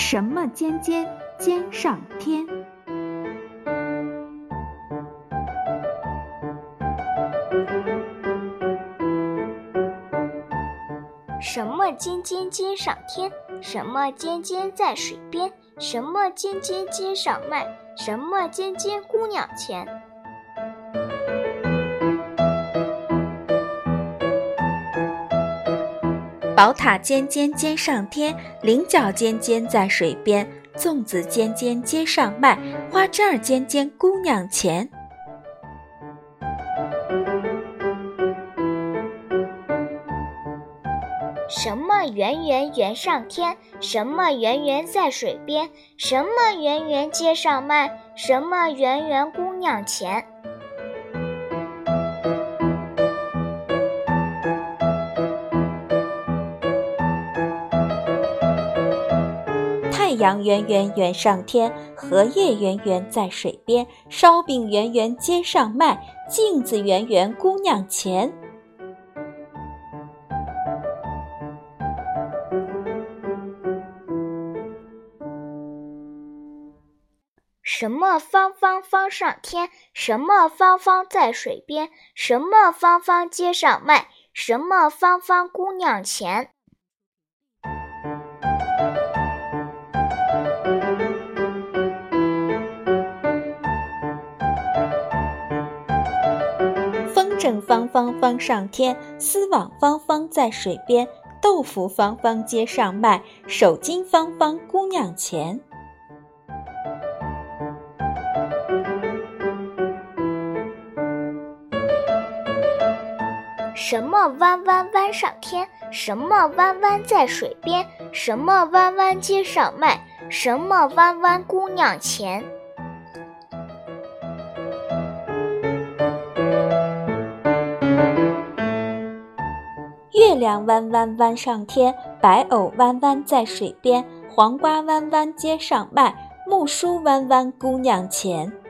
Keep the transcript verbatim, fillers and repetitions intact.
什么尖尖尖上天？ 什么尖尖尖上天？什么尖尖在水边？什么尖尖街上卖？什么尖尖姑娘钱？ 宝塔尖尖尖上天，菱角尖尖在水边，粽子尖尖街上卖，花针儿尖尖姑娘钱。 什么圆圆圆上天？什么圆圆在水边？什么圆圆街上卖？什么圆圆姑娘钱？ 太阳圆圆圆上天，荷叶圆圆在水边，烧饼圆圆街上卖，镜子圆圆姑娘钱。 什么方方方上天？什么方方在水边？什么方方街上卖？什么方方姑娘钱？ 风筝方方方上天，丝网方方在水边，豆腐方方街上卖，手巾方方姑娘钱。 什么弯弯弯上天？什么弯弯在水边？什么弯弯街上卖？什么弯弯姑娘钱？ 月亮弯弯弯上天，白藕弯弯在水边，黄瓜弯弯街上卖，木梳弯弯姑娘钱。